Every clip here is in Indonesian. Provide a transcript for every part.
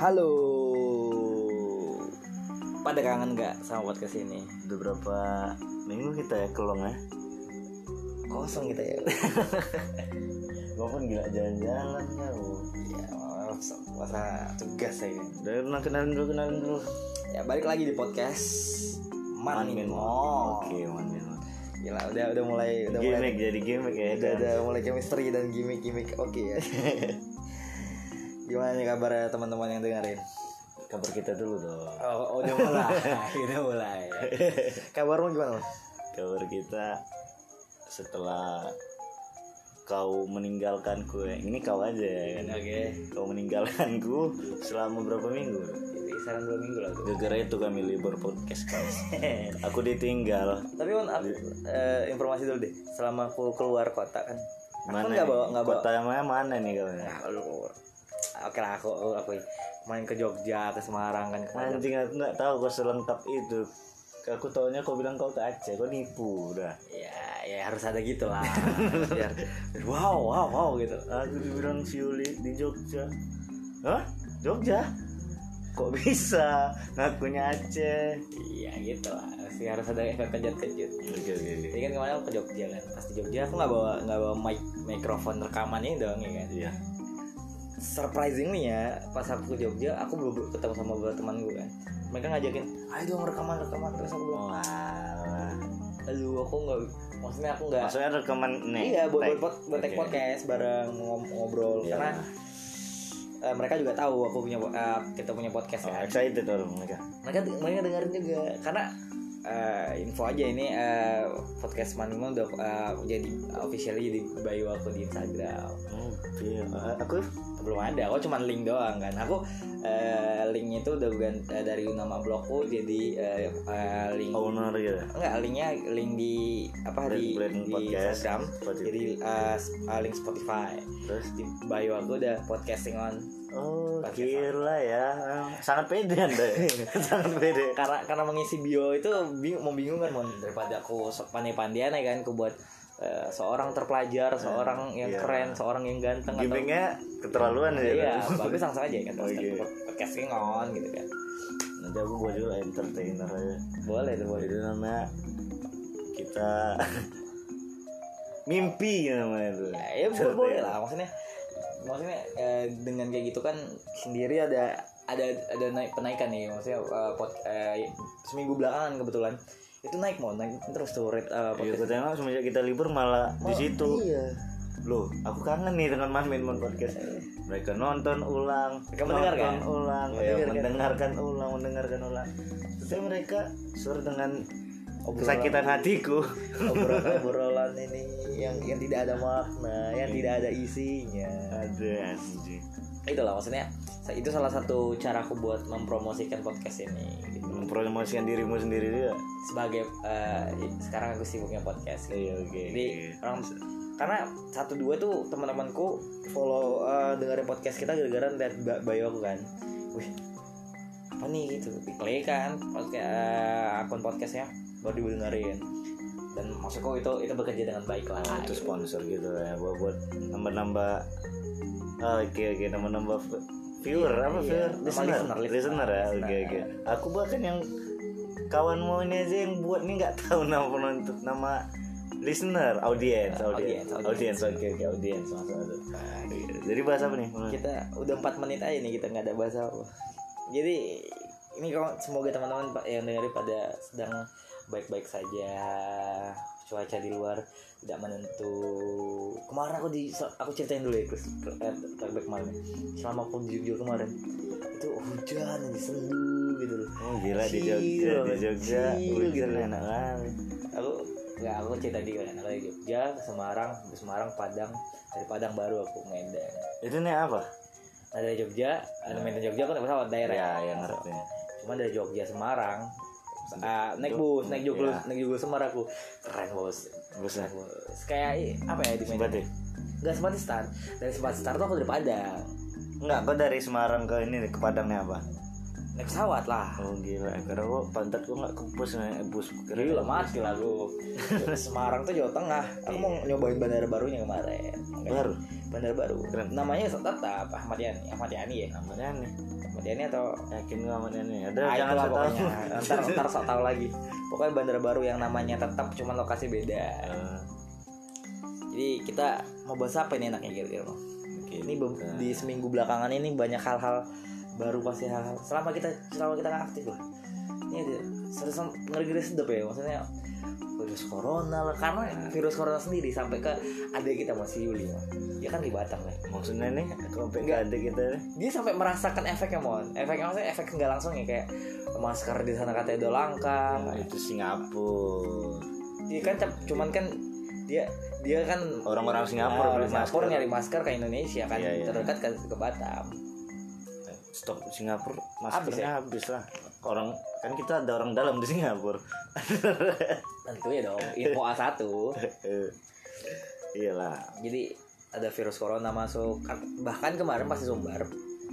Halo. Pada kangen gak sama podcast ini? Udah berapa minggu kita ya kelong ya? Kosong kita ya. Gue pun gila jalan-jalan ya. Ya masa tugas saya. Udah kenalin dulu. Ya balik lagi di podcast Manminmo. Oke, Manminmo. Gila udah mulai gimmick jadi gimmick ya. Udah mulai chemistry dan gimmick. Oke ya. Gimana nih kabar teman-teman yang dengerin? Kabar kita dulu dong. Oh udah mulai. Kabarmu gimana? Kabar kita setelah kau meninggalkanku ya. Ini kau aja ya kan. Oke. Kau meninggalkanku selama berapa minggu? Kisaran 2 minggu lah. Gara-gara itu kami libur podcast guys. Aku ditinggal. Tapi kan informasi dulu deh. Selama aku keluar kota kan. Mana Aku nggak bawa. kota mana nih kau? Oke lah aku main ke Jogja, ke Semarang kan. Anjing, aku nggak tahu kau selengkap itu. Aku taunya kau bilang kau ke Aceh, kau nipu udah. Ya harus ada gitu lah. Biar wow gitu. Aku dibilang si Uli di Jogja. Hah? Jogja? Kok bisa? Ngakunya Aceh. Iya gitu lah. Masih harus ada efek kejut-kejut. Oke. Jadi kan kemarin aku ke Jogja kan. Pas di Jogja aku nggak bawa mikrofon rekaman ini dong ya kan. Iya. Surprisingly ya, pas aku ke Jogja, aku belum ketemu sama beberapa teman gue kan. Mereka ngajakin, ayo dong rekaman terus aku belum. Wah. Aduh, aku nggak, maksudnya rekaman nih. Iya, buat take podcast bareng ngobrol. Iya. Karena mereka juga tahu aku kita punya podcast kan. Excited orang mereka. Mereka dengerin juga. Karena info aja ini podcast Manminmo udah jadi officially di bio aku di Instagram. Iya. Aku belum ada, aku cuma link doang kan. Aku linknya itu udah dari nama blogku jadi link owner gitu. Enggak, link di Instagram. Spotify. Jadi link Spotify. Terus Di bio aku udah podcasting on. Oh, gila ya. Sangat pede Anda ya. Sangat pede. Karena mengisi bio itu membingungkan daripada aku pandai-pandaian ya kan, aku buat seorang terpelajar, seorang yang keren, seorang yang ganteng. Gimmicknya keterlaluan ya. Iya, bagus langsung aja kan. Okay. Podcasting on gitu kan. Nanti aku buat juga entertainer aja. Boleh. Itu namanya kita mimpi namanya itu. Ya boleh lah, maksudnya dengan kayak gitu kan sendiri ada penaikan nih, maksudnya seminggu belakangan kebetulan itu naik terus tuh rate iya, katanya semenjak kita libur malah di situ. Iya. Loh, aku kangen nih dengan Manminmo podcast. Mereka nonton ulang, mendengarkan ulang. Tapi mereka suara dengan kesakitan hatiku. Obrolan ini yang tidak ada makna, yang tidak ada isinya. Ada anjing. Itulah maksudnya, itu salah satu caraku buat mempromosikan podcast ini gitu. Mempromosikan dirimu sendiri juga. Sebagai sekarang aku sibuknya podcast gitu. Iya, oke. Jadi karena 1-2 tuh teman-temanku follow dengerin podcast kita gara-gara lihat bio aku kan. Wih, apa nih gitu. Diklik kan akun podcastnya, baru didengerin. Dan maksudku itu bekerja dengan baik lah. Itu sponsor gitu ya, buat nambah. Oke, nambah viewer listener ya. Oke. Aku bahkan yang kawanmu ini aja yang buat nih nggak tahu nama listener, audience. Oke, audience maksudnya. Jadi bahasa apa nih? Kita udah 4 menit aja nih, kita nggak ada bahasa apa. Jadi ini semoga teman-teman yang dengerin pada sedang baik-baik saja. Cuaca di luar tidak menentu. Kemarin aku ceritain dulu ya, Chris. Kemarin selama aku di Jogja kemarin itu hujan di sendu gitu loh. Oh gila, di Jogja hujan enak banget. Aku cerita di Jogja, ke Semarang, Padang. Dari Padang baru aku Medan. Itu nih apa? Nah dari Jogja, Medan Jogja kan pesawat daerah. Ya, yang ngerti. Cuma dari Jogja Semarang naik Jogja Semarang aku keren bos. Kayak apa ya di Medan? Enggak sempat start. Dari sempat start tuh aku dari Padang. Enggak, kok dari Semarang ke ini ke Padangnya apa? naik pesawat lah. Oh gila, karena gua pantat gua nggak kepus naik bus. Gila mati lah lu. Semarang tuh Jawa Tengah. Aku mau nyobain bandara barunya kemarin. Baru. Bandara baru. Keren. Namanya tetap Ahmad Yani ya. Ahmad Yani. Ahmad Yani atau Yakin gua Ahmad Yani. Ada jangan jangan pokoknya. tahu. Ntar sok tahu lagi. Pokoknya bandara baru yang namanya tetap, cuman lokasi beda. Jadi kita mau bahas apa ini enaknya kira-kira? Ini di seminggu belakangan ini banyak hal-hal baru, pasti hal-hal selama kita nggak aktif lah. Ini ada ngeri-ngeri sedap ya, maksudnya virus corona lah, karena virus corona sendiri sampai ke adik kita masih Yuli, dia kan di Batam lah. Maksudnya nih sampai ke adik kita, dia sampai merasakan efeknya maksudnya efek nggak langsung ya, kayak masker di sana katanya udah langka. Itu Singapura. Dia kan cuman kan dia kan orang-orang Singapura nyari masker ke Indonesia kan, terdekat ke Batam. Stok Singapura maskernya habis lah. Orang kan kita ada orang dalam di Singapura. Tentu ya dong, info A1. Iyalah. Jadi ada virus corona masuk, bahkan kemarin pas di Sumbar.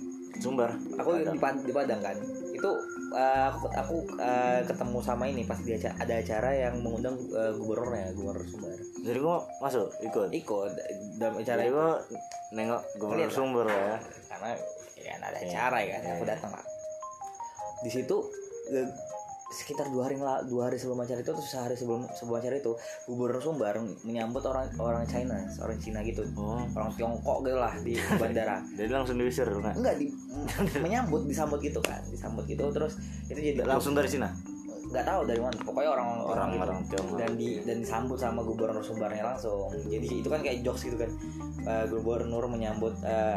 Aku di Padang kan. Itu aku ketemu sama ini pas ada acara yang mengundang gubernur Sumbar. Jadi gua masuk ikut dalam acara itu. Gua nengok gubernur Sumbar ya. Karena ya ada acara kan, aku datang lah. Di situ sekitar 2 hari sebelum acara itu, atau sehari sebelum acara itu, gubernur Sumbar menyambut orang China, orang Cina gitu, orang Tiongkok gitu lah di bandara. Jadi langsung diusir kan? Enggak, disambut gitu terus itu jadi langsung dari Cina. Nggak tahu dari mana, pokoknya orang Tiongkok. Dan disambut sama gubernur Sumbarnya langsung. Jadi itu kan kayak jokes gitu kan, gubernur menyambut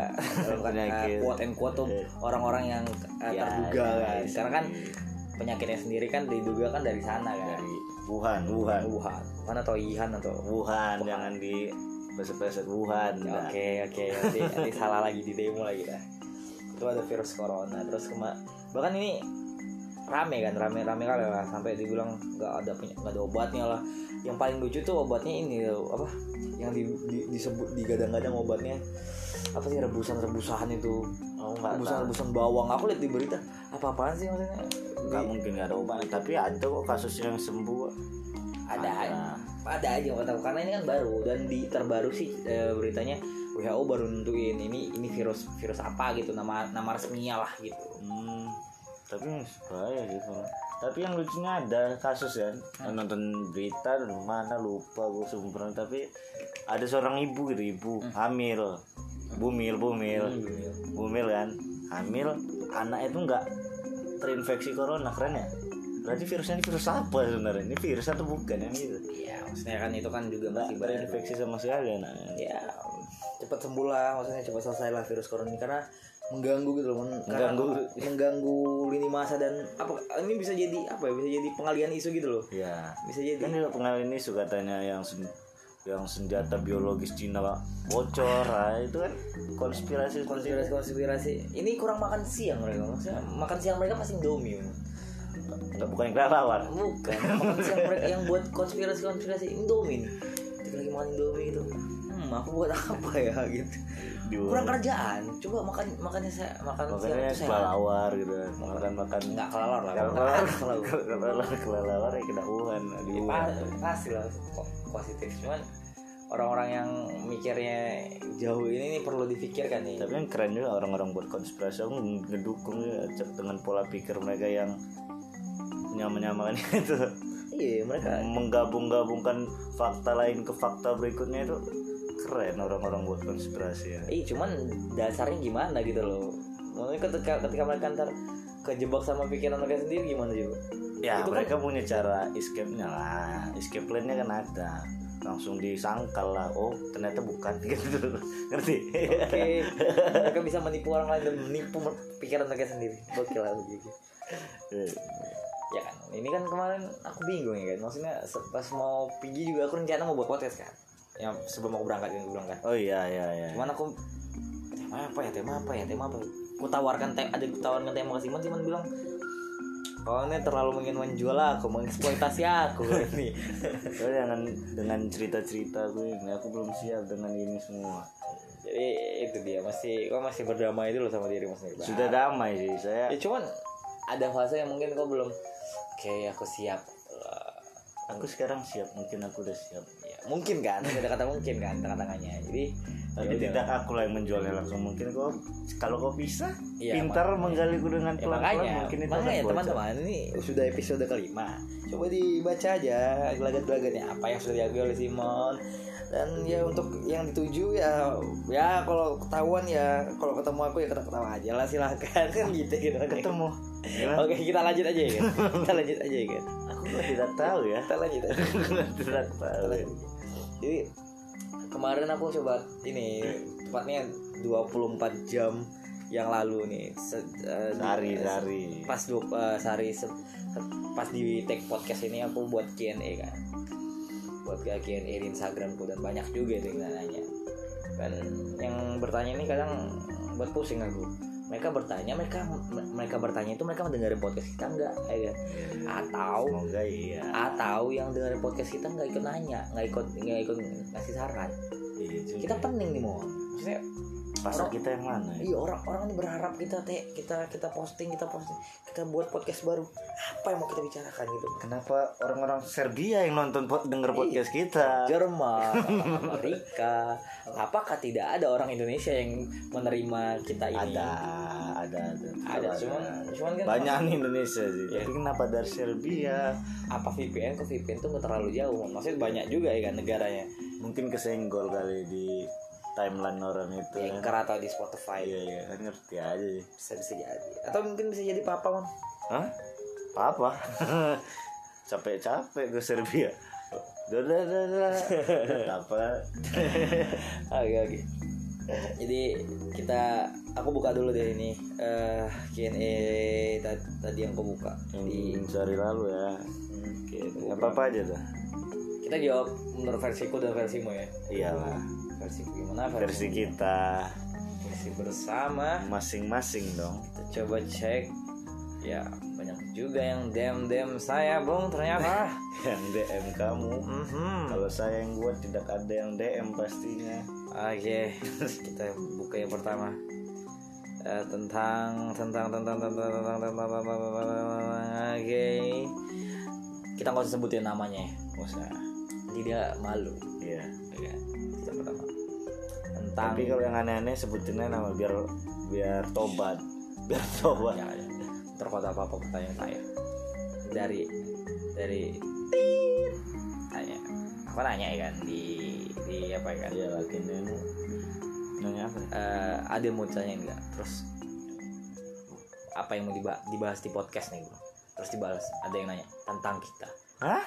quote and quote tuh orang-orang yang terduga kan, karena kan penyakitnya sendiri kan diduga kan dari sana kan, dari Wuhan atau Wuhan jangan di beset-beset Wuhan. Oke, nanti salah lagi di demo lagi dah. Itu ada virus corona, terus bahkan ini rame kali lah, sampai dibilang nggak ada obatnya lah. Yang paling lucu tuh obatnya ini apa yang disebut digadang-gadang obatnya apa sih, rebusan itu, rebusan bawang. Aku lihat di berita, apaan sih maksudnya? Nggak mungkin nggak ada obatnya, tapi ada kok kasus yang sembuh. Ada aja nggak tahu, karena ini kan baru, dan terbaru sih beritanya WHO baru nentuin ini virus apa gitu, nama resminya lah gitu. Tapi bahaya gitu. Tapi yang lucunya ada kasus kan, nonton berita di mana lupa gue sumbernya, tapi ada seorang ibu hamil, bumil kan, hamil, anaknya itu nggak terinfeksi corona. Keren ya. Berarti virusnya ini virus apa sebenarnya? Ini virus atau bukan yang gitu? Iya, maksudnya kan itu kan juga masih terinfeksi sama sekali anaknya. Ya, cepat sembuh lah, maksudnya cepat selesai lah virus corona ini, karena mengganggu gitu loh, mengganggu lini masa, dan apa ini bisa jadi pengalihan isu gitu loh. Iya. Bisa jadi. Kan juga pengalihan isu katanya yang senjata biologis Cina bocor, itu kan konspirasi. Ini kurang makan siang mereka, maksudnya makan siang mereka pasti Indomie. Enggak, bukan yang kelelawar. Bukan, makan siang mereka yang buat konspirasi Indomie nih. Kita lagi makan Indomie gitu. Aku buat apa ya gitu. Kurang kerjaan. Coba makannya siang itu kelelawar gitu. Makan enggak kelelawar lah. Kelelawar ya kena Wuhan. Pasti lah positif. Cuman orang-orang yang mikirnya jauh ini perlu difikirkan nih. Tapi yang keren juga orang-orang buat konspirasi, aku ngedukung ya dengan pola pikir mereka yang nyamakan itu. Iya, mereka menggabungkan fakta lain ke fakta berikutnya, itu keren orang-orang buat konspirasi ya. Cuman dasarnya gimana gitu loh. Maksudnya ketika mereka ntar kejebak sama pikiran mereka sendiri gimana juga? Ya itu mereka kan punya cara escape-nya lah. Escape plan-nya kan ada. Langsung disangkal lah, oh ternyata bukan gitu. Ngerti? Oke. Mereka bisa menipu orang lain dan menipu pikiran mereka sendiri. Gokil lah begitu. Ya kan, ini kan kemarin aku bingung ya kan, maksudnya pas mau pergi juga aku rencana mau buat podcast kan, yang sebelum aku berangkat. Oh iya. Cuman aku tema apa? Aku tawarkan tema ke Simon bilang, oh ini terlalu ingin menjual aku, mengeksploitasi aku ini. Jangan dengan cerita gue ini, aku belum siap dengan ini semua. Jadi itu dia, masih berdamai dulu sama diri mas. Sudah damai sih saya. Ya cuman ada fase yang mungkin kau belum kayak aku siap. Aku sekarang siap, mungkin aku udah siap. Ya, mungkin kan, ada kata mungkin kan tengah-tengahnya. Jadi tapi tidak aku lah yang menjualnya langsung. Mungkin kau kalau kau bisa iya, pintar menggaliku dengan ya, pelan-pelan, mungkin itu makanya akan bocor. teman-teman ini sudah episode kelima. Coba dibaca aja gelagat-gelagatnya apa yang sudah diakui oleh Simon. Dan ya untuk yang dituju ya kalau ketahuan ya kalau ketemu aku ya ketawa aja lah silakan kan gitu ketemu. Oke kita lanjut aja ya kan. Kita lanjut aja ya kan. Aku tidak tahu ya. Kita lanjut aja. Tidak tahu. Jadi kemarin aku coba ini tepatnya 24 jam yang lalu nih Sehari pas sehari pas di take podcast ini aku buat Q&A kan, buat Q&A di Instagramku dan banyak juga yang nanya kan, yang bertanya ini kadang buat pusing aku. Mereka bertanya itu mereka mendengarin podcast kita enggak ya kan? Semoga iya. Atau yang dengerin podcast kita nggak ikut nanya, nggak ikut ngasih saran. Iya juga. Kita pening nih mau, maksudnya pasar kita yang mana? Iya orang ini berharap kita posting, kita buat podcast baru. Apa yang mau kita bicarakan gitu? Kenapa orang-orang Serbia yang nonton denger podcast kita? Jerman, Amerika. Apakah tidak ada orang Indonesia yang menerima kita ini? Ada. Cuman kan banyak nih Indonesia sih. Iya. Tapi kenapa dari Serbia? Apa VPN ke VPN tuh nggak terlalu jauh. Maksudnya banyak juga ya kan negaranya. Mungkin kesenggol kali di timeline orang itu Di Anchor atau di Spotify. Iya kan ngerti aja sih. Bisa jadi. Atau mungkin bisa jadi papa man. Hah? Apa? Capek ke Serbia. Udah. Apa? Oke. Jadi aku buka dulu deh ini Q&A tadi yang aku buka di sehari lalu ya. Apa aja tuh? Kita jawab menurut versiku dan versimu ya. Iyalah. Versi gimana? Versi kita. Versi bersama. Masing-masing dong. Kita coba cek. Ya banyak juga yang DM saya bung ternyata. Yang DM kamu. Kalau saya yang buat tidak ada yang DM pastinya. Oke. Kita buka yang pertama. Tentang oke. Kita nggak usah sebutin namanya ya. Nggak usah. Jadi dia malu. Iya. Kita pertama. Tapi kalau yang aneh-aneh sebutinnya nama biar tobat. Ya. Terkota apa pertanyaan saya dari tanya apa nanya ya kan di apa ya kan ya lagi nanya apa ada yang mau tanya enggak terus apa yang mau dibahas di podcast nih bro, terus dibalas ada yang nanya tentang kita. Hah?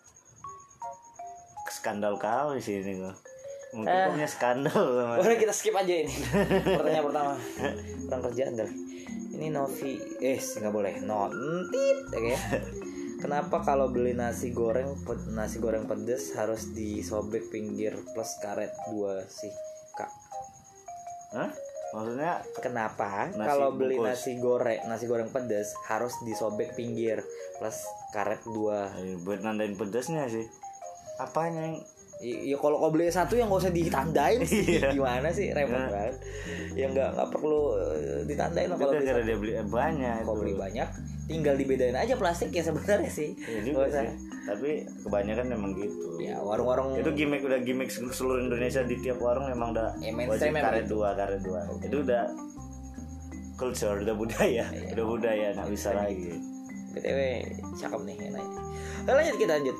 Skandal kau di sini kok. Mungkin punya skandal. Boleh kita skip aja ini. Pertanyaan pertama. Kurang kerjaan kali. Ini Novi, nggak boleh. Nontit, oke. Kenapa kalau beli nasi goreng pedes harus disobek pinggir plus karet 2 sih, Kak? Hah? Maksudnya kenapa kalau beli nasi goreng pedes harus disobek pinggir plus karet 2? Buat nandain pedesnya sih. Apanya yang ya kalau kau beli satu yang nggak usah ditandain sih. Gimana sih, repot banget ya, nggak perlu ditandain lah. Kalau dia beli banyak, kalau beli banyak tinggal dibedain aja plastik ya sebenarnya sih. Sih. Tapi kebanyakan memang gitu ya, warung-warung itu udah gimmick seluruh Indonesia. Di tiap warung memang udah wajib karet dua. Itu udah culture, udah budaya. Udah budaya, nggak bisa lagi. BTW cakep nih yang nanya. Kita lanjut.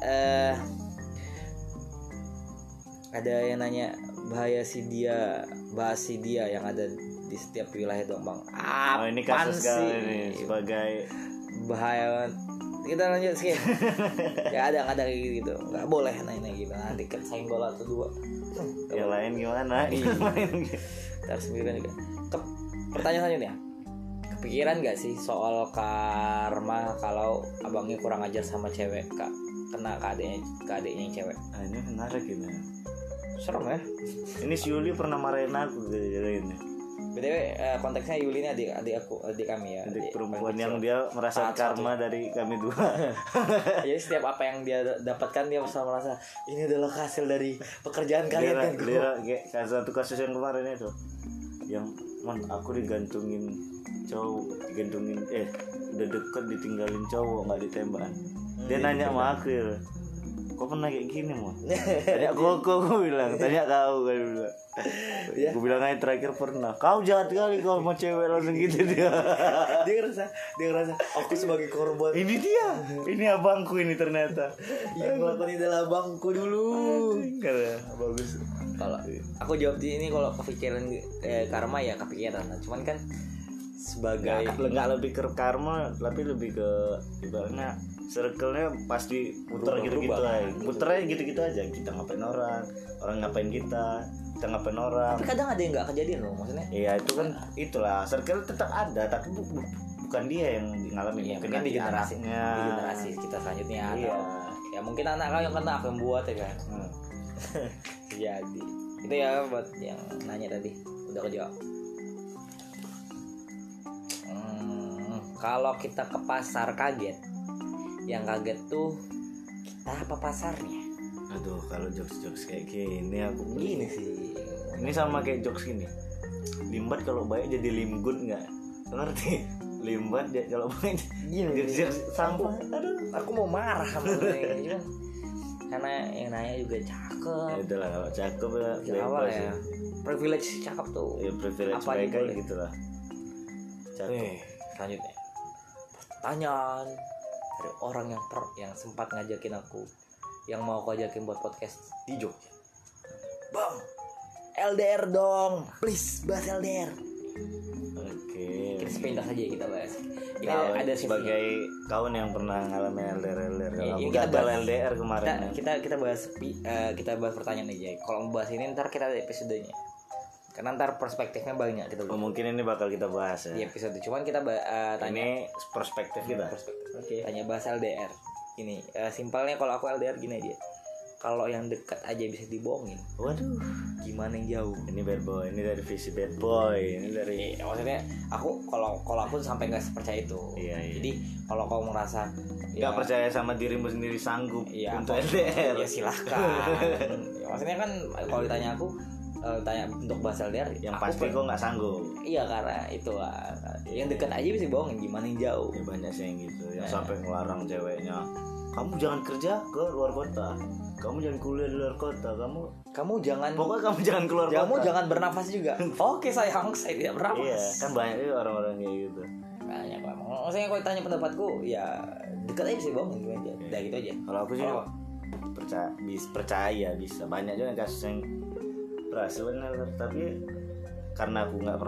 Ada yang nanya bahas si dia yang ada di setiap wilayah dong bang. Ini kasus kali ini sebagai bahaya. Kita lanjut skip. Ya ada kayak gitu. Nggak boleh nanya gitu. Nanti kan senggol atau 2. Yang lain gimana? Kita harus mikirkan juga. Pertanyaan selanjutnya. Kepikiran nggak sih soal karma kalau abangnya kurang ajar sama cewek, Kak? Kena ke adiknya yang cewek. Ini menarik ini. Serem ya. Ini si Yuli pernah marahin aku gara-gara ini. BTW konteksnya Yuli ini adik kami ya. Adik perempuan yang dia merasa karma dari kami 2. Jadi setiap apa yang dia dapatkan dia selalu merasa ini adalah hasil dari pekerjaan kalian kan. Dia kayak satu kasus yang kemarin itu. Yang aku digantungin cowok digantungin udah deket ditinggalin cowok nggak ditembak. Dia nanya sama aku ya, kok pernah kayak gini mau? Tanya aku bilang, tanya kau kan bilang. Ya. Gue bilang aja terakhir pernah. Kau jahat kali kalau mau cewek langsung gitu dia. dia ngerasa aku sebagai korban. Ini abangku ini ternyata. Yang melakukan ini adalah abangku dulu. Karena bagus. Kalau aku jawab di ini kalau kepikiran karma ya kepikiran. Cuman kan sebagai nggak lebih ke karma, tapi lebih ke ibaratnya circle-nya pasti puter gitu-gitu aja. Puternya gitu-gitu aja. Kita ngapain orang ngapain kita ngapain orang. Tapi kadang ada yang nggak kejadian loh maksudnya. Iya itu kan itulah circle tetap ada, tapi bukan dia yang ngalamin. Ya, mungkin di generasi kita selanjutnya. Iya. Ya mungkin anak kau yang kena aku yang buat ya kan. Jadi itu ya buat yang nanya tadi udah kejawab. Kalau kita ke pasar kaget, yang kaget tuh kita apa pasarnya? Aduh, kalau jokes kayak gini aku gini sih. Ini sama kayak jokes gini. Limbat kalau baik jadi limgut nggak? Ngerti? Limbat dia kalau baik gini jadi sampah. Aduh, aku mau marah sama cuman karena yang nanya juga cakep. Ya itulah kalau cakep ya. Awal ya. Privilege cakep tuh. Ya privilege apa mereka gitu lah. Cakep. Selanjutnya. Pertanyaan dari orang yang sempat ngajakin aku, yang mau aku ajakin buat podcast di Jogja. Bang, LDR dong, please bahas LDR. Oke. Kita sepintas aja kita bahas. Ini Kau ada sebagai kawan yang pernah ngalamin LDR. Ini Aku gagal LDR kemarin. Kita bahas pertanyaan aja. Kalau mau bahas ini ntar kita ada episodenya. Karena ntar perspektifnya banyak gitu. Mungkin ini bakal kita bahas ya. Di episode. Cuman kita tanya ini perspektif kita. Oke. Tanya bahas LDR. Ini simpelnya kalau aku LDR gini aja. Kalau yang dekat aja bisa dibohongin. Waduh, gimana yang jauh? Ini bad boy, ini dari visi bad boy, ini dari. Maksudnya aku kalau aku sampai nggak percaya itu. Iya. Jadi kalau kau merasa nggak percaya sama dirimu sendiri sanggup untuk LDR, ya silahkan. Ya, maksudnya kan kalau ditanya aku tanya untuk bahas LDR yang pasti kok nggak sanggup. Iya karena itu yang dekat aja bisa bohongin, gimana yang jauh. Ya, banyak sih yang gitu yang sampai ngelarang ceweknya, kamu jangan kerja ke luar kota, kamu jangan kuliah di luar kota, kamu jangan, pokoknya kamu jangan keluar kota, kamu jangan bernafas juga. Oke sayang, saya tidak bernafas. Iya kan banyak juga orang-orang kayak gitu. Banyak lah. Maksudnya kalau ditanya pendapatku ya dekat aja bisa bohongin gue aja. Udah gitu aja. Kalau aku sih percaya bisa, banyak juga kasus yang berhasil benar, tapi karena aku nggak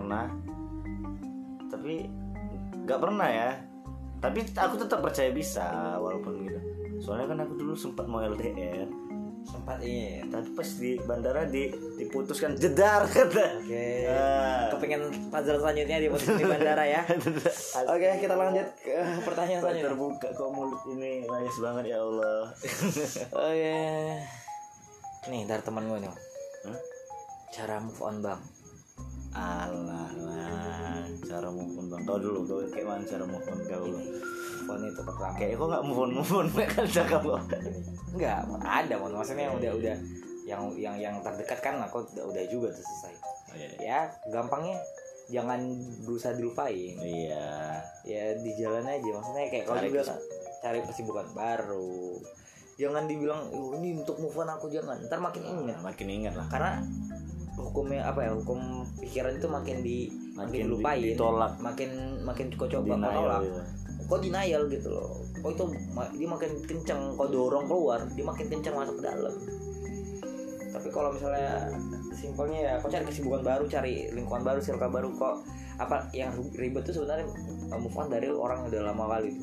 pernah ya, tapi aku tetap percaya bisa walaupun gitu. Soalnya kan aku dulu sempat mau LDR, iya, tapi pas di bandara diputuskan jedar kata. Oke. Kepengen puzzle selanjutnya diputus di bandara ya. Oke, kita lanjut ke pertanyaan selanjutnya. Terbuka kok mulut ini, manis banget ya Allah. Oke. Nih dari teman gue nih. Cara move on bang. Alah, cara move on bang. Kau dulu, kau kayak mana cara move on kau dulu? Move on itu pertama. Kayak kok nggak move on kan cakap kok. Enggak, ada maksudnya udah yang terdekat kan aku udah juga tuh selesai. Ya gampangnya jangan berusaha dilupain. Iya. Ya di jalan aja, maksudnya kayak kalau juga cari kesibukan baru. Jangan dibilang ini untuk move on aku, jangan. Ntar makin ingat lah. Karena hukumnya hukum pikiran itu makin dilupain, ditolak, makin kau coba menolak, kau denial gitu loh. Kau itu dia makin kencang, kau dorong keluar, dia makin kencang masuk ke dalam. Tapi kalau misalnya simpelnya ya kau cari kesibukan baru, cari lingkungan baru, circle baru, kok apa yang ribet tuh sebenarnya move on dari orang yang udah lama kali.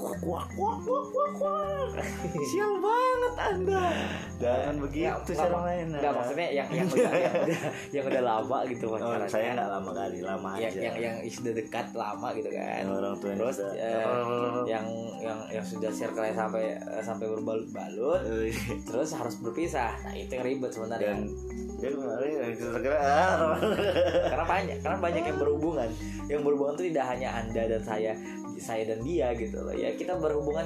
Sial banget Anda. Jangan begitu cara mainnya. Enggak, maksudnya yang udah lama gitu pacaran. Saya enggak lama kali, lama aja. Yang sudah dekat lama gitu kan. Orang tua terus yang sudah circle-nya sampai berbalut-balut. Terus harus berpisah. Nah, itu yang ribet sebenarnya. Karena banyak yang berhubungan tuh tidak hanya Anda dan saya dan dia gitu loh ya. Kita berhubungan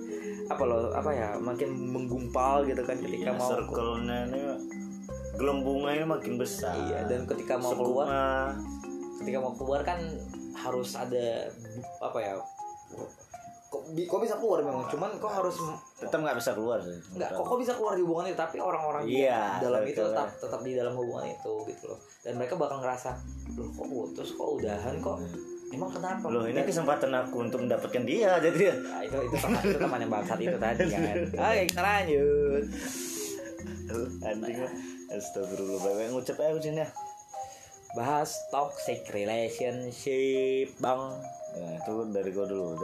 makin menggumpal gitu kan ketika mau circle-nya ini gelembungnya makin besar. Iya, dan ketika mau keluar kan harus ada apa ya, kok bisa keluar memang, cuman kok harus tetap nggak bisa keluar sih. Nggak, kok bisa keluar di hubungan itu, tapi orang-orang di dalam itu tetap di dalam hubungan itu gitu loh, dan mereka bakal ngerasa loh kok putus, kok udahan, kok emang kenapa loh, ini kesempatan aku untuk mendapatkan dia, jadi nah, itu teman yang bangsat itu tadi kan. Oke, kita lanjut. Anjing, astagfirullah, banyak ngucap aja ujiannya. Bahas toxic relationship bang. Nah, itu dari gua dulu.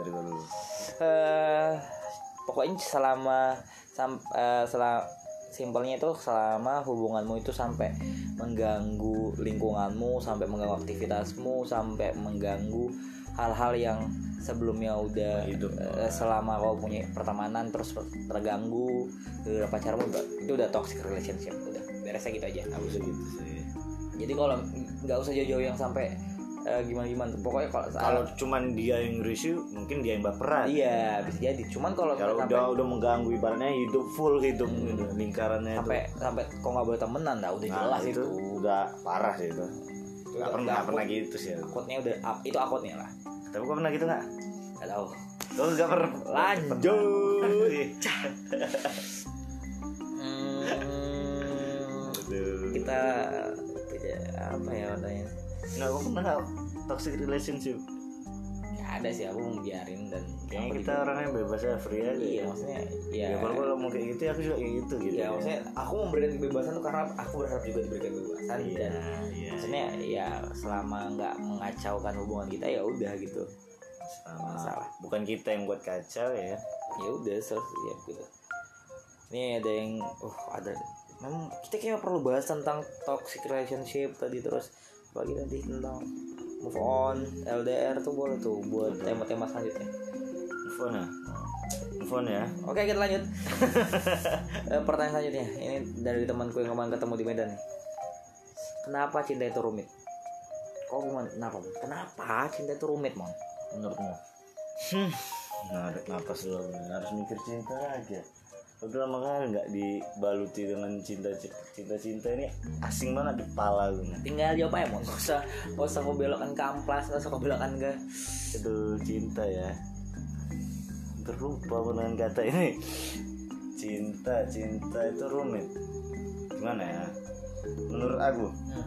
Pokoknya simpelnya itu selama hubunganmu itu sampai mengganggu lingkunganmu, sampai mengganggu aktivitasmu, sampai mengganggu hal-hal yang sebelumnya udah selama kau punya pertemanan terus terganggu dari pacarmu, itu udah toxic relationship, udah beresnya gitu aja. Aku segitu sih. Jadi kalau nggak usah jauh-jauh yang sampai gimana pokoknya kalau cuman dia yang risih, mungkin dia yang baperan. Iya, bisa jadi. Cuman kalau udah mengganggu ibaratnya hidup gitu, lingkarannya sampai kok nggak boleh temenan, udah jelas itu udah parah sih itu. Nggak pernah gitu sih. Akutnya udah itu akutnya lah. Tapi kok pernah gitu nggak? Nggak tahu. Kau nggak pernah. Lanjut. Kita apa ya katanya? Nggak, kok pernah toxic relationship? Nggak ada sih, aku mau biarin, dan kayaknya kita orangnya bebas ya, free aja. Iya, maksudnya ya kalau mau kayak gitu ya aku juga kayak gitu ya. Maksudnya aku memberikan kebebasan tuh karena aku berharap juga diberikan kebebasan. Dan maksudnya ya selama nggak mengacaukan hubungan kita ya udah gitu. Masalah bukan kita yang buat kacau ya udah selesai ya gitu. Ini ada yang ada memang kita kayaknya perlu bahas tentang toxic relationship tadi, terus lagi nanti tentang move on, LDR tuh boleh tuh buat tema-tema selanjutnya. Move on ya. Oke, kita lanjut. Pertanyaan selanjutnya ini dari temanku yang kemarin ketemu di Medan nih. Kenapa cinta itu rumit? Kenapa cinta itu rumit, Mon? Menurutmu? Narik napas dulu, harus mikir cinta aja. Udah lama kali nggak dibaluti dengan cinta ini, asing banget di kepala gue. Tinggal jawab aja, Mon. Nggak usah kau belokkan ke amplas, nggak usah kau belokkan ke itu cinta ya. Terlupa dengan kata ini. Cinta itu rumit. Gimana ya? Menurut aku,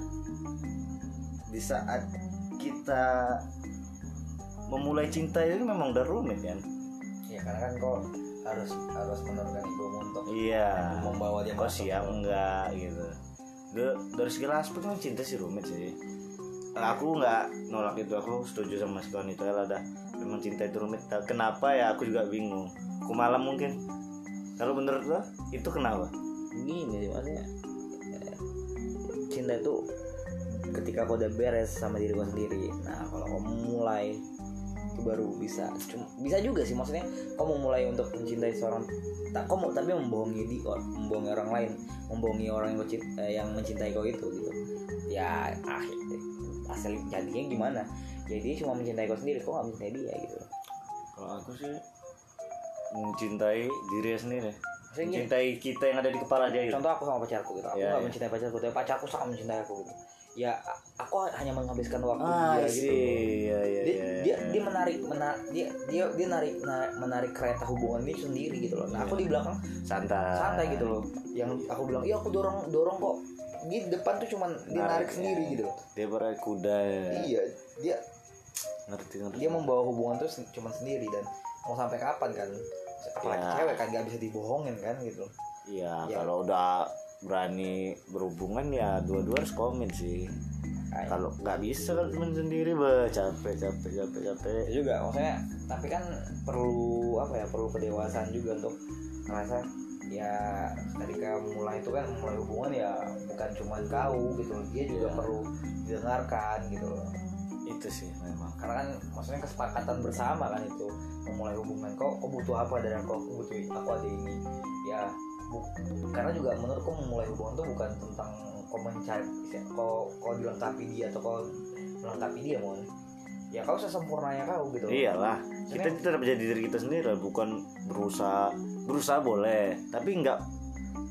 di saat kita memulai cinta itu memang udah rumit kan? Iya, karena kan kok harus menurunkan egomu untuk membawa dia kok siap enggak gitu. Dari segala aspek kan cinta sih rumit sih. Aku nggak nolak itu, aku setuju sama si kawan itu ya, ada memang cinta itu rumit. Kenapa ya aku juga bingung. Aku malam mungkin. Kalau menurut lo itu kenapa? Gini maksudnya, cinta itu ketika kau udah beres sama diri kau sendiri. Nah kalau kau mulai itu baru bisa juga sih, maksudnya kau mau mulai untuk mencintai seorang, tapi membohongi orang lain, membohongi orang yang mencintai kau itu gitu ya. Asal jadinya gimana? Jadi cuma mencintai kau sendiri, kau nggak mencintai dia gitu. Kalau aku sih mencintai diri sendiri, mencintai kita yang ada di kepala aja gitu. Contoh aku sama pacarku gitu, aku nggak mencintai pacarku, tapi pacarku sangat mencintai aku gitu. Ya aku hanya menghabiskan waktu dia gitu. Dia menarik kereta hubungan ini sendiri gitu loh. Nah aku di belakang santai gitu loh. Yang aku bilang iya aku dorong kok. Di depan tuh cuman dia narik sendiri gitu loh. Dia berai kuda ya. Iya, dia ngerti. Dia membawa hubungan tuh cuma sendiri, dan mau sampai kapan kan? Apalagi cewek kan nggak bisa dibohongin kan gitu. Iya, kalau udah berani berhubungan ya dua-dua harus komit sih. Kalau nggak bisa kan teman sendiri capek juga maksudnya. Tapi kan perlu kedewasaan juga untuk ngerasa ya ketika mulai hubungan ya bukan cuma kau gitu, dia juga perlu didengarkan gitu. Itu sih memang, karena kan maksudnya kesepakatan bersama kan itu memulai hubungan. Kau butuh apa dari aku butuh aku ada ini ya. Karena juga menurutku memulai hubungan tuh bukan tentang kau mencari kau dilengkapi dia atau kau melengkapi dia, Mon. Ya kau sesempurnanya kau gitu. Iyalah, kita tetap jadi diri kita sendiri, bukan berusaha boleh, tapi nggak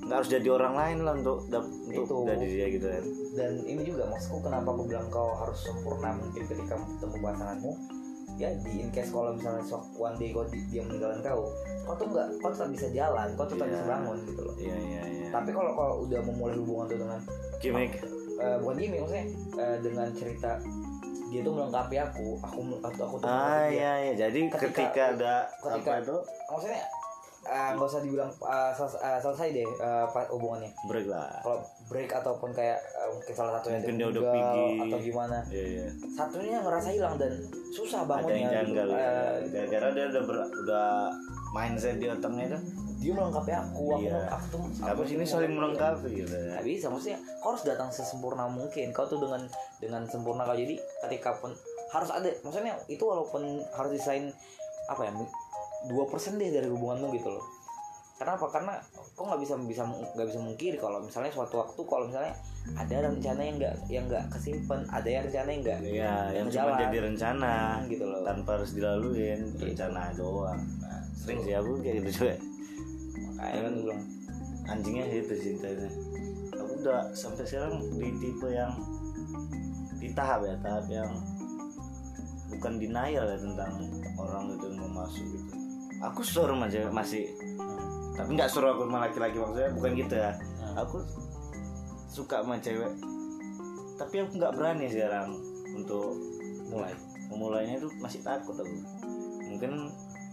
nggak harus jadi orang lain lah untuk dari dia gitu kan. Dan ini juga maksudku kenapa aku bilang kau harus sempurna mungkin ketika ketemu pasanganmu ya, di in case kalau misalnya one day dia meninggalkan kau tuh tetap bisa jalan, kau tetap bisa bangun gitu loh. Iya. Tapi kalau udah memulai hubungan tuh dengan gimmick, bukan gimmick maksudnya, dengan cerita dia tuh melengkapi aku tuh iya. Jadi ketika ada apa itu maksudnya nggak usah dibilang selesai deh hubungannya, break lah. kalau break ataupun kayak mungkin salah satunya mungkin dia udah pergi atau gimana, iya. satunya ngerasa hilang dan susah ada bangunnya yang janggal gitu. Gara-gara dia udah mindset di otaknya itu Dia melengkapi aku tuh aku sini saling melengkapi gitu. Nggak bisa, maksudnya kau harus datang sesempurna mungkin. Kau tuh dengan sempurna kau, jadi ketika pun harus ada, maksudnya itu walaupun harus disain apa ya 2% deh dari hubunganmu gitu loh. Kenapa? Karena kau nggak bisa mungkiri kalau misalnya suatu waktu kalau misalnya ada rencana yang nggak kesimpan, ada yang rencana yang nggak yang cuma jadi rencana gitu loh, tanpa harus dilaluin rencana doang. Sering sih aku kayak gitu juga. Makanya kan gue bilang anjingnya gitu cintanya. Aku udah sampai sekarang di tipe yang di tahap yang bukan denial ya tentang orang itu mau masuk gitu. Aku suruh aja masih, tapi nggak suruh aku sama laki-laki, maksudnya bukan gitu ya. Aku suka sama cewek, tapi aku nggak berani sekarang untuk memulainya itu, masih takut aku. Mungkin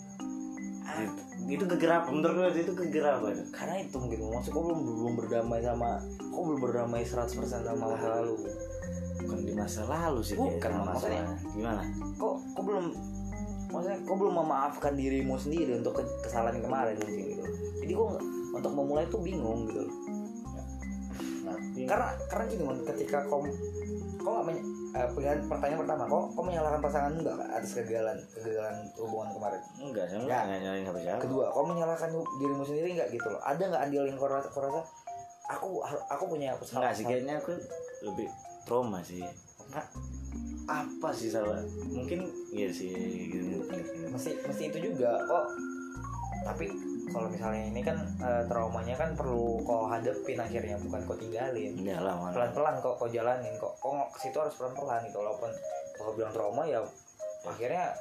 itu kegerapan, menurut gue itu kegerapan. Karena itu mungkin maksud kau belum berdamai 100% sama masa lalu. Bukan di masa lalu sih, bukan maksudnya gimana? Kok belum memaafkan dirimu sendiri untuk kesalahan kemarin mungkin gitu. Jadi kok untuk memulai tuh bingung gitu loh. Karena gini man, ketika kau nggak pertanyaan pertama, kau menyalahkan pasangan enggak atas kegagalan hubungan kemarin? Enggak, saya enggak nyalahin siapa. Kedua, kau menyalahkan dirimu sendiri enggak gitu loh? Ada enggak andil yang kau rasa aku punya enggak sih, kayaknya aku lebih trauma sih. Enggak, apa sih salah? Mungkin iya sih gitu. Mesti itu juga kok. Tapi kalau misalnya ini kan traumanya kan perlu kau hadepin akhirnya, bukan kau tinggalin. Iyalah, pelan-pelan kok kau jalanin, kok ke situ harus pelan-pelan gitu. Walaupun kau bilang trauma ya akhirnya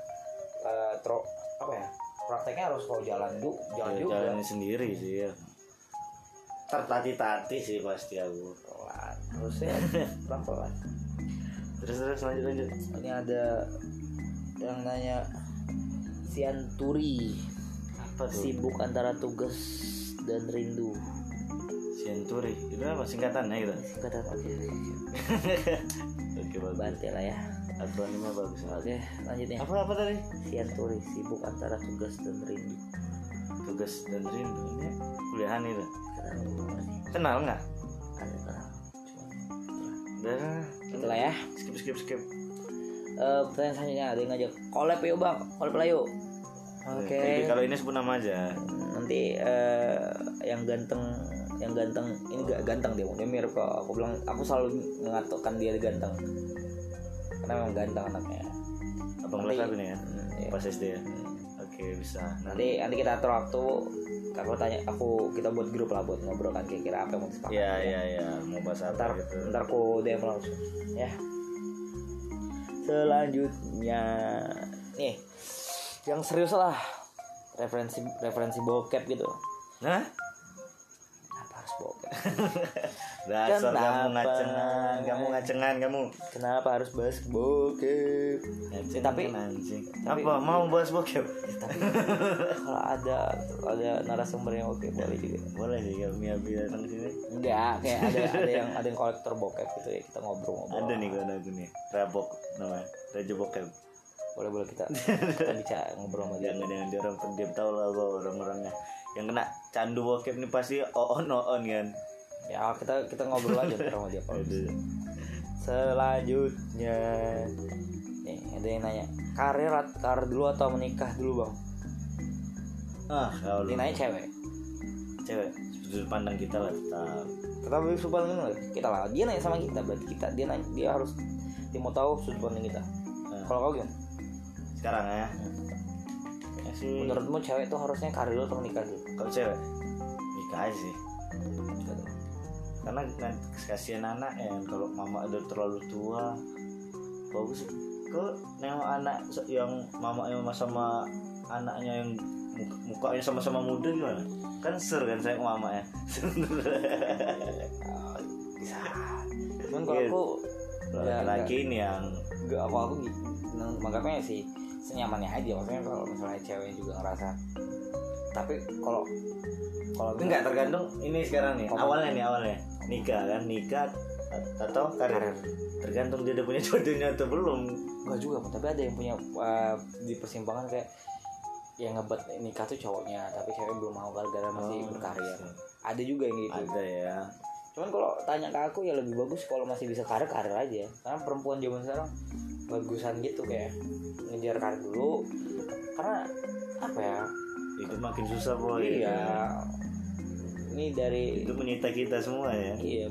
prakteknya harus kau jalan juga. Jalanin sendiri sih ya. Tertati-tati sih pasti aku. Pelan, harusnya pelan-pelan. Terus lanjut. Ini ada yang nanya Sianturi. Apa tuh? Sibuk antara tugas dan rindu. Sianturi, itu apa singkatannya gitu? Singkatan, oke. Oke, bagus. Bantu lah ya. Akronimnya bagus. Oke, lanjutnya. Apa tadi? Sianturi, sibuk antara tugas dan rindu. Tugas dan rindu ini kuliahan itu. Kenal nggak? Kenal. Udah. Itulah ya. Skip. Pertanyaan selanjutnya ada yang ngajak collab yuk bang, collab lah yuk. Oke. Kalau ini sebut nama aja. Nanti yang ganteng ini gak ganteng dia mirip kok. Aku bilang, aku selalu mengatakan dia ganteng karena memang ganteng anaknya. 18 tahun ya? Iya. Pas SD ya? Oke, bisa. Nanti kita atur waktu. Kita buat grup lah buat ngobrol kan kira-kira apa yang mau disepakati. Iya. Mau bahas apa gitu. Ntar aku DM langsung ya. Selanjutnya nih yang serius lah, referensi bokep gitu. Hah? Apa harus bokep? Dasar kamu ngacengan kamu. Kenapa harus bahas bokep? Tapi apa mau bahas bokep? Tapi kalau ada narasumber yang oke boleh juga. Boleh sih kalau Miyabi datang sini. Enggak, kayak ada yang kolektor bokep gitu ya, kita ngobrol-ngobrol. Ada nih kalau aku nih, Rabok namanya, Raja Bokep. Boleh kita bisa ngobrol sama dia. Jangan dia orang pendiam, tahu lah orang-orangnya yang kena candu bokep nih pasti on kan. Ya kita ngobrol aja sama dia kalau bisa. Selanjutnya nih ada yang nanya, karir dulu atau menikah dulu bang? Kalau ini nanya cewek sudut pandang kita lah tetap sudut pandang kita lah. Dia nanya sama kita, berarti dia harus mau tahu sudut pandang kita. Kalau kau gimana sekarang ya? Menurutmu cewek tuh harusnya karir dulu atau menikah dulu? Kalau cewek nikah aja sih. karena kasihan anak ya kalau mama udah terlalu tua. Bagus kok nengok anak yang mamanya sama anaknya yang mukanya sama-sama muda gimana? Kan ser kan saya mama ya. Bisa. Cuman kalau aku laki ini yang gak aku menganggapnya sih senyamannya aja, maksudnya kalau misalnya cewek juga ngerasa. Tapi kalau enggak tergantung ini sekarang nih awalnya nikah atau karir. Tergantung dia udah punya jodohnya atau belum. Enggak juga, tapi ada yang punya di persimpangan kayak yang ngebet nikah tuh cowoknya tapi cewek belum mau gara-gara masih berkarir. Ada juga yang gitu. Ada ya. Cuman kalau tanya ke aku ya lebih bagus kalau masih bisa karir aja. Karena perempuan zaman sekarang bagusan gitu kayak ngejar karir dulu. Karena apa ya? Itu makin susah boy. Iya. Ini dari itu menyita kita semua ya. Iya.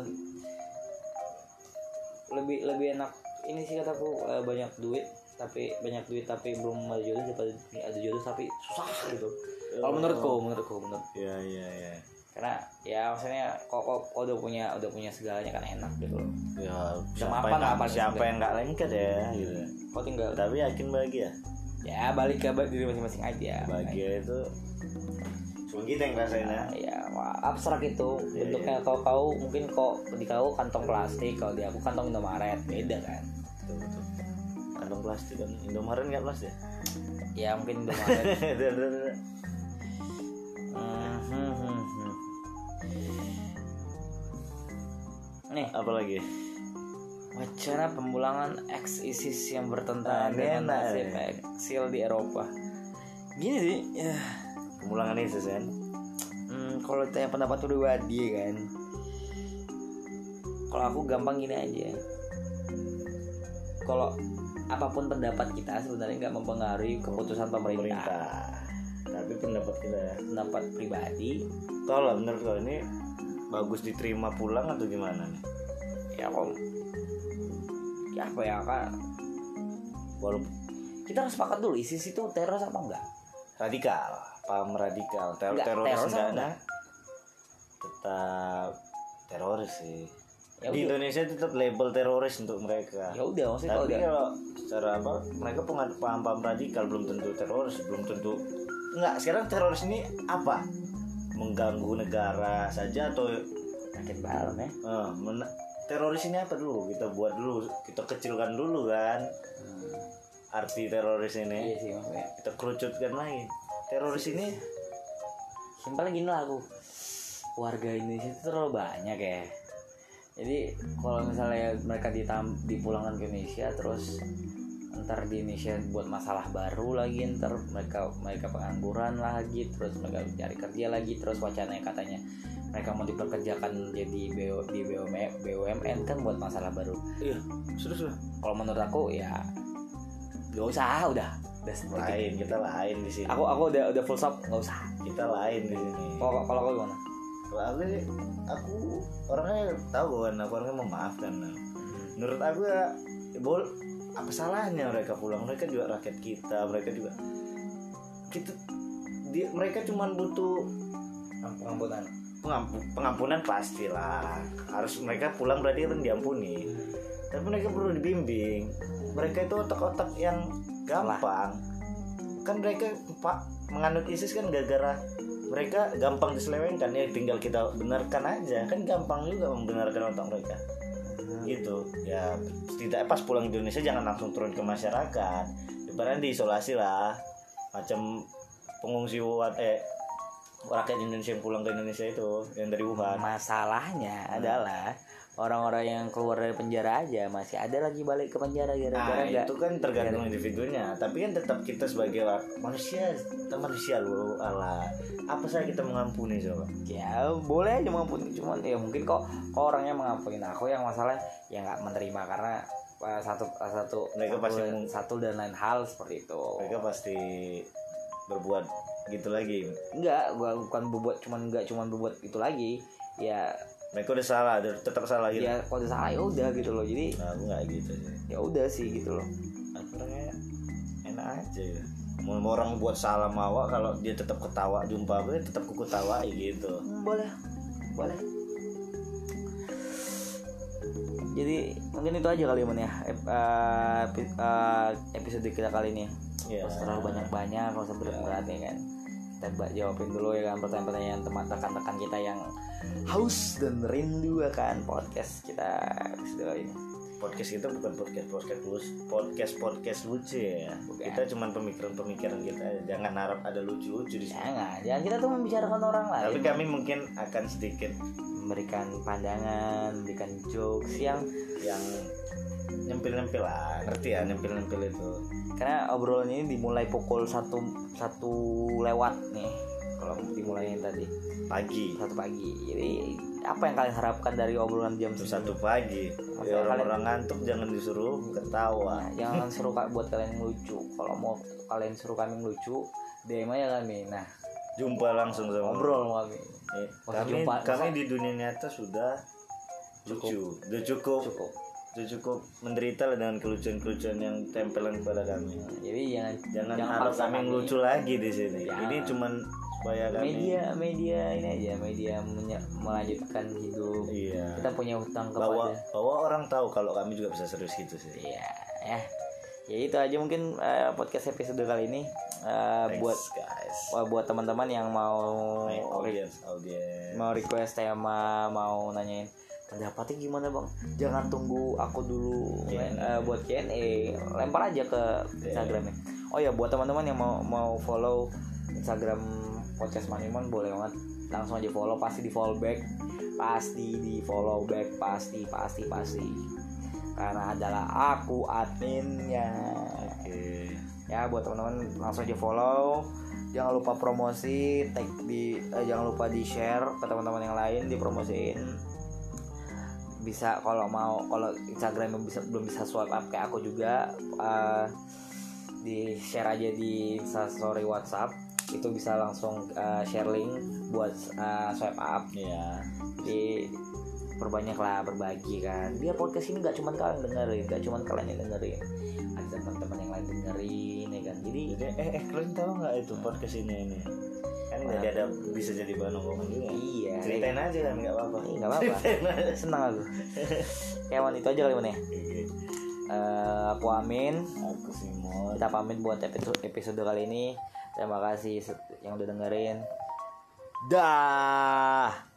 Lebih enak ini sih kataku, banyak duit tapi belum ada jodoh daripada ada jodoh tapi susah gitu. Kalau menurutku. Iya. Karena ya maksudnya kok udah punya segalanya kan enak gitu loh. Ya siapa yang nggak lengket ya gitu. Kok tinggal tapi yakin bahagia. Ya balik ke diri masing-masing aja. Bahagia itu cuma kita yang ngerasain ya. Ya abstrak itu bentuknya. Kau mungkin kok di kau kantong plastik, kalau di aku kantong Indomaret, beda kan. Betul. Kantong plastik kan Indomaret nggak plastik ya mungkin Indomaret. Nih apa lagi? Wacana pemulangan ex-ISIS yang bertentangan dengan nasib eksil di Eropa. Gini sih ya. Pemulangan ISIS kan. Kalau tanya pendapat pribadi kan, kalau aku gampang gini aja. Kalau apapun pendapat kita sebenarnya nggak mempengaruhi keputusan pemerintah. Tapi pendapat kita ya, pendapat pribadi. Kalau menurut kau ini bagus diterima pulang atau gimana nih? Ya kok, ya apa ya kan? Walaupun kita harus sepakat dulu, ISIS itu teroris apa enggak? Radikal, paham radikal. Teroris enggak? Tetap teroris sih. Ya di Indonesia tetap label teroris untuk mereka. Ya udah, maksudnya tapi kalau secara apa, mereka paham radikal belum tentu teroris, belum tentu. Enggak, sekarang teroris ini apa? Mengganggu negara saja atau sakit balem ya? Teroris ini apa dulu? Kita buat dulu, kita kecilkan dulu kan. Arti teroris ini. Iya sih maksudnya. Kita kerucutkan lagi. Teroris ini simpelnya gini lah, aku warga Indonesia itu terlalu banyak ya. Jadi kalau misalnya mereka dipulangkan ke Indonesia, terus ntar di Indonesia buat masalah baru lagi, ntar mereka pengangguran lagi, terus mereka cari kerja lagi, terus wacananya katanya mereka mau diperkerjakan jadi di BUMN kan buat masalah baru. Iya, sudah. Kalau menurut aku ya gak usah, udah lain, kita lain di sini. Aku udah full stop, nggak usah. Kita lain di sini. Kalau kau gimana? Aku orangnya tahu kan, aku orangnya memaafkan. Menurut aku ya apa salahnya mereka pulang? Mereka juga rakyat kita, mereka cuma butuh pengampunan pastilah. Harus mereka pulang berarti kan diampuni. Tapi mereka perlu dibimbing. Mereka itu otak-otak yang gampang. Kan mereka menganut ISIS kan gara-gara mereka gampang diselewengkan, ya tinggal kita benarkan aja, kan gampang juga membenarkan otak mereka. Gitu ya, setidaknya pas pulang Indonesia jangan langsung turun ke masyarakat, ibaratnya diisolasi lah, macam pengungsi rakyat Indonesia yang pulang ke Indonesia itu yang dari Wuhan. Masalahnya adalah orang-orang yang keluar dari penjara aja masih ada lagi balik ke penjara gara-gara itu kan tergantung individunya, tapi kan tetap kita sebagai manusia loh, apa saja kita mengampuni coba. Ya boleh aja mengampuni, cuman ya mungkin kok orangnya mengampuni, aku yang masalah ya nggak menerima karena satu dan lain hal seperti itu. Mereka pasti berbuat gitu lagi. Bukan berbuat itu lagi ya. Mereka udah salah, tetap salah gitu. Ya kalau udah salah ya udah gitu loh. Jadi aku nggak gitu sih. Ya udah sih gitu loh. Akhirnya enak aja ya. Mau orang buat salah mawa, kalau dia tetap ketawa jumpa aku, tetap aku ketawa gitu. Boleh. Jadi mungkin itu aja kali ya episode kita kali ini. Iya. Terlalu banyak kalau berat ya kan. Kita jawabin dulu ya kan pertanyaan-pertanyaan teman rekan-rekan kita yang haus dan rindu akan podcast kita episode ini. Podcast kita bukan podcast lucu ya. Bukan. Kita cuman pemikiran kita aja. Jangan harap ada lucu-lucu di sini. Jangan kita tuh membicarakan orang lain. Tapi kami mungkin akan sedikit memberikan pandangan, memberikan jokes yang nyempil lah, ngerti ya nyempil itu. Karena obrolan ini dimulai pukul 1 lewat nih. Kalau dimulai tadi pagi. 1 pagi. Jadi apa yang kalian harapkan dari obrolan jam 1 pagi? Ya, orang-orang ngantuk jangan disuruh ketawa. Jangan suruh buat kalian lucu. Kalau mau kalian suruh kami lucu, DM aja kami. Nah, jumpa langsung sama ngobrol sama kami. Kami di dunia nyata sudah lucu. Udah cukup menderita lah dengan kelucuan-kelucuan yang tempelan kepada kami. Jadi jangan harap kami lucu lagi di sini. Jangan. Ini cuman supaya kami media ini aja, media melanjutkan hidup. Iya. Kita punya hutang kepada bahwa orang tahu kalau kami juga bisa serius gitu sih. Iya, ya. Ya itu aja mungkin podcast episode kali ini. Buat teman-teman yang mau audience mau request tema, mau nanyain pendapatnya gimana bang, jangan tunggu aku dulu buat Q&A, lempar aja ke Instagramnya. Oh ya, buat teman-teman yang mau follow Instagram podcast Manimon boleh banget, langsung aja follow, pasti di follow back pasti karena adalah aku adminnya. Ya, buat teman-teman langsung aja follow, jangan lupa promosi, tag jangan lupa di share ke teman-teman yang lain, dipromosiin. Bisa kalau Instagram belum bisa swipe up kayak aku juga, di share aja di story WhatsApp, itu bisa langsung share link buat swipe up ya. Jadi perbanyaklah berbagi kan, biar podcast ini gak cuma kalian dengerin, gak cuma kalian yang dengerin, ada teman-teman yang lain dengerin ya kan. Jadi kalian tahu nggak itu podcast ini kan nggak ada, bisa jadi bahan ngomong juga. Iya, ceritain aja kan, nggak apa-apa. Nggak apa-apa, senang aku. Kayak itu aja kali mana ya. Aku Amin, aku Simon. Kita pamit buat episode kali ini. Terima kasih yang udah dengerin. Dah.